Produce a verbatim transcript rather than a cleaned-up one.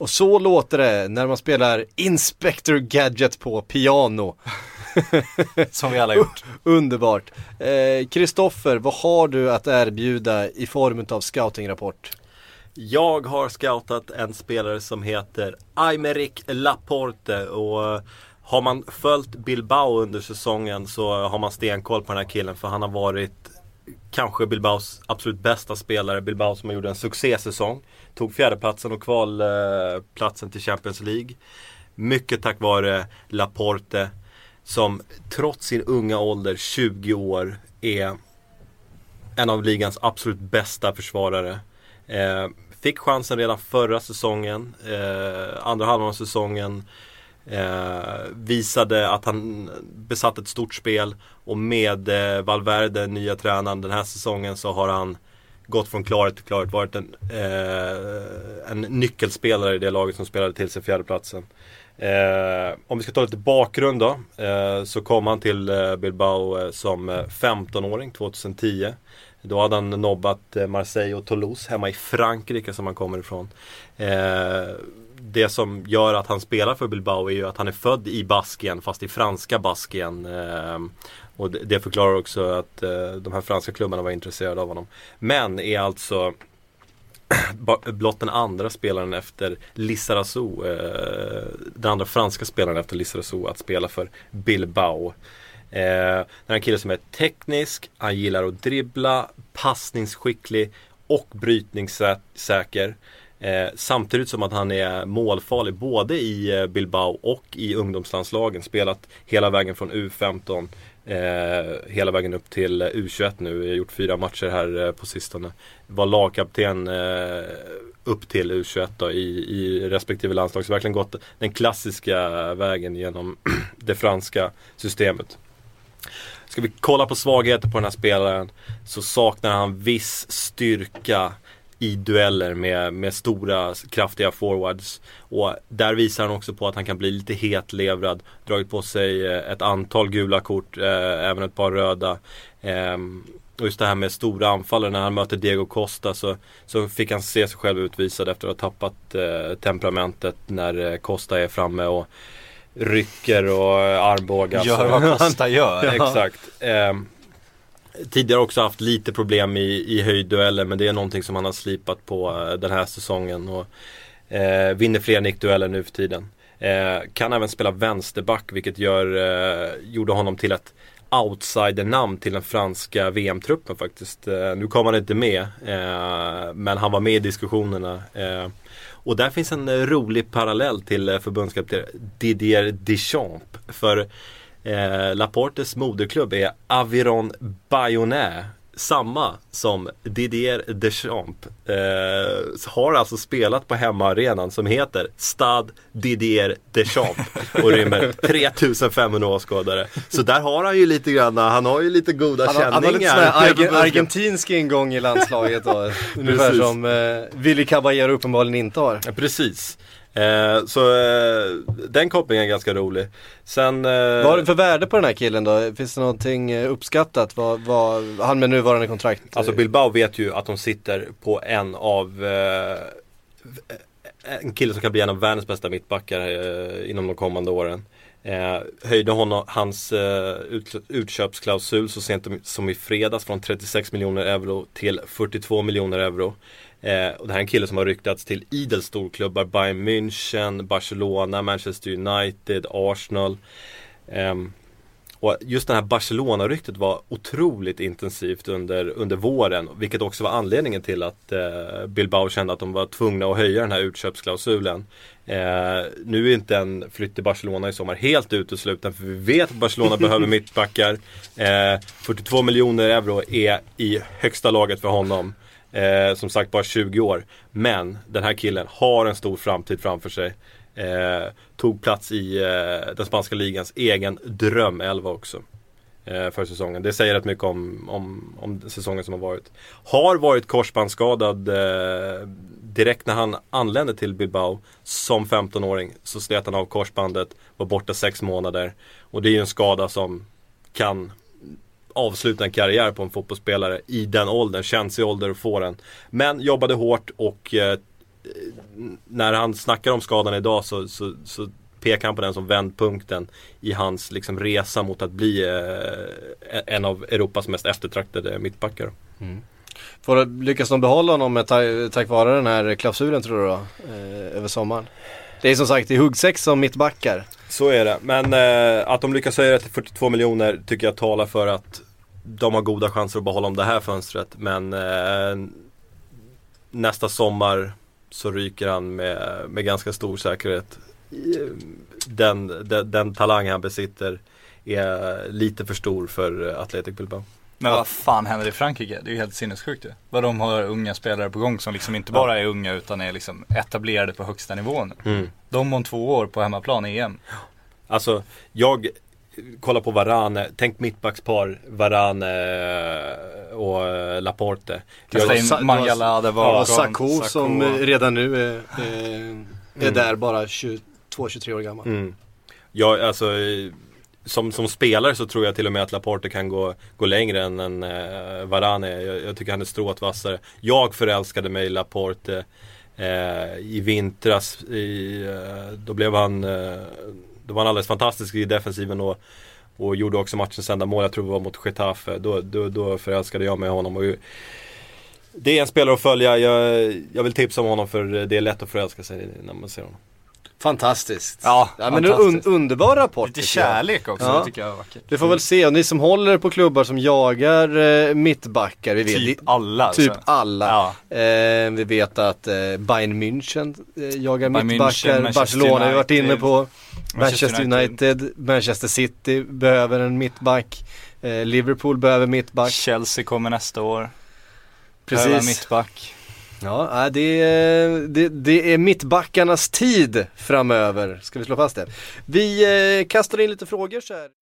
Och så låter det när man spelar Inspector Gadget på piano. Som vi alla gjort. Underbart. Kristoffer, eh, vad har du att erbjuda i form av scoutingrapport? Jag har scoutat en spelare som heter Aymeric Laporte. Och har man följt Bilbao under säsongen så har man stenkoll på den här killen. För han har varit kanske Bilbaos absolut bästa spelare. Bilbao som har gjort en succésäsong. Tog fjärdeplatsen och kvalplatsen till Champions League. Mycket tack vare Laporte, som trots sin unga ålder, tjugo år, är en av ligans absolut bästa försvarare. Eh, fick chansen redan förra säsongen, eh, andra halvan av säsongen. Eh, visade att han besatt ett stort spel. Och med eh, Valverde, nya tränaren, den här säsongen så har han gått från klarhet till klarhet. Varit en, eh, en nyckelspelare i det laget som spelade till sig fjärdeplatsen. Eh, om vi ska ta lite bakgrund då, eh, så kom han till eh, Bilbao eh, som femtonåring tjugohundratio. Då hade han nobbat eh, Marseille och Toulouse hemma i Frankrike, som han kommer ifrån. Eh, det som gör att han spelar för Bilbao är ju att han är född i Baskien, fast i franska Baskien. Eh, och det, det förklarar också att eh, de här franska klubbarna var intresserade av honom. Men är alltså blott den andra spelaren efter Lizarazu, eh, den andra franska spelaren efter Lizarazu att spela för Bilbao. Eh, den här killen som är teknisk, han gillar att dribbla, passningsskicklig och brytningssäker. Eh, samtidigt som att han är målfarlig både i eh, Bilbao och i ungdomslandslagen. Spelat hela vägen från U femton eh, hela vägen upp till U tjugoett nu. Jag har gjort fyra matcher här eh, på sistone. Var lagkapten eh, upp till U tjugoett då, i, i respektive landslag. Så verkligen gått den klassiska vägen genom det franska systemet. Ska vi kolla på svagheter på den här spelaren, så saknar han viss styrka i dueller med, med stora kraftiga forwards. Och där visar han också på att han kan bli lite hetlevrad. Dragit på sig ett antal gula kort, eh, även ett par röda. Eh, och just det här med stora anfallare, när han möter Diego Costa så, så fick han se sig själv utvisad efter att ha tappat eh, temperamentet när Costa är framme och rycker och armbågar. Gör vad Costa gör. Exakt. Eh, Tidigare också haft lite problem i, i höjddueller, men det är någonting som han har slipat på uh, den här säsongen och uh, vinner fler nickdueller nu för tiden. Uh, kan även spela vänsterback, vilket gör, uh, gjorde honom till ett outsider-namn till den franska V M-truppen faktiskt. Uh, nu kom han inte med, uh, men han var med i diskussionerna. Uh, och där finns en uh, rolig parallell till uh, förbundskapten Didier Deschamps, för Eh, Laportes moderklubb är Aviron Bayonnais, samma som Didier Deschamps eh, har alltså spelat på hemmaarenan som heter Stade Didier Deschamps och rymmer tre tusen femhundra åskådare. Så där har han ju lite grann, han har ju lite goda han känningar. Han har lite sån här argentinsk ingång i landslaget då. Ungefär som eh, Willy Caballero uppenbarligen inte har. Ja, precis. Eh, så eh, den kopplingen är ganska rolig. Sen, eh, vad har du för värde på den här killen då? Finns det någonting uppskattat? Vad, vad, han med nuvarande kontrakt? Alltså Bilbao vet ju att de sitter på en av eh, en kille som kan bli en av världens bästa mittbackar eh, inom de kommande åren. Eh, höjde honom, hans eh, ut, utköpsklausul så sent som i fredags från trettiosex miljoner euro till fyrtiotvå miljoner euro. Eh, och det här är en kille som har ryktats till idel storklubbar: Bayern München, Barcelona, Manchester United, Arsenal. Eh, och just det här Barcelona-ryktet var otroligt intensivt under, under våren, vilket också var anledningen till att eh, Bilbao kände att de var tvungna att höja den här utköpsklausulen. Eh, nu är inte en flytt till Barcelona i sommar helt utesluten, för vi vet att Barcelona behöver mittbackar. Eh, fyrtiotvå miljoner euro är i högsta laget för honom. Eh, som sagt bara tjugo år. Men den här killen har en stor framtid framför sig. eh, Tog plats i eh, den spanska ligans egen drömelva också eh, för säsongen. Det säger rätt mycket om, om, om säsongen som har varit. Har varit korsbandsskadad eh, direkt när han anlände till Bilbao som femtonåring. Så slet han av korsbandet, var borta sex månader. Och det är ju en skada som kan avsluta en karriär på en fotbollsspelare i den åldern, känns i ålder och får den. Men jobbade hårt och eh, när han snackar om skadan idag så, så, så pekar han på den som vändpunkten i hans liksom resa mot att bli eh, en av Europas mest eftertraktade mittbackar. Mm. Får lyckas de behålla honom med ta- tack vare den här klausulen tror du då, eh, över sommaren? Det är som sagt i huggsex som mittbackar. Så är det, men eh, att de lyckas höja det till fyrtiotvå miljoner tycker jag talar för att de har goda chanser att behålla om det här fönstret. Men eh, nästa sommar så ryker han med, med ganska stor säkerhet. Den, den, den talang han besitter är lite för stor för Athletic Bilbao. Men vad fan händer i Frankrike? Det är ju helt sinnessjukt ju. Vad de har unga spelare på gång som liksom inte bara är unga utan är liksom etablerade på högsta nivån. Mm. De om två år på hemmaplan i E M. Alltså, jag kollar på Varane. Tänk mittbackspar Varane och Laporte. Kasta in Mangala, det var ja, Sakho som redan nu är, är, är mm. där bara tjugotvå tjugotre år gammal. Mm. Ja, alltså som, som spelare så tror jag till och med att Laporte kan gå, gå längre än en uh, Varane. Jag, jag tycker han är stråt vassare. Jag förälskade mig i Laporte uh, i vintras. I, uh, då blev han uh, då var han alldeles fantastisk i defensiven och, och gjorde också matchens enda mål. Jag tror det var mot Getafe. Då, då, då förälskade jag mig honom. Och det är en spelare att följa. Jag, jag vill tipsa om honom för det är lätt att förälska sig när man ser honom. Fantastiskt. Ja, ja men un- underbar rapport. Lite kärlek också, ja. Tycker jag är vackert. Du får väl se, och ni som håller på klubbar som jagar eh, mittbackar, vi vet typ alla. Typ alltså. alla. Ja. Eh, vi vet att eh, Bayern München eh, jagar Bayern mittbackar, München, Barcelona har vi varit inne på. Manchester, Manchester United. United, Manchester City behöver en mittback. Eh, Liverpool behöver mittback. Chelsea kommer nästa år. Precis. Behöver mittback. Ja, det är, det, det är mittbackarnas tid framöver. Ska vi slå fast det? Vi eh, kastar in lite frågor så här.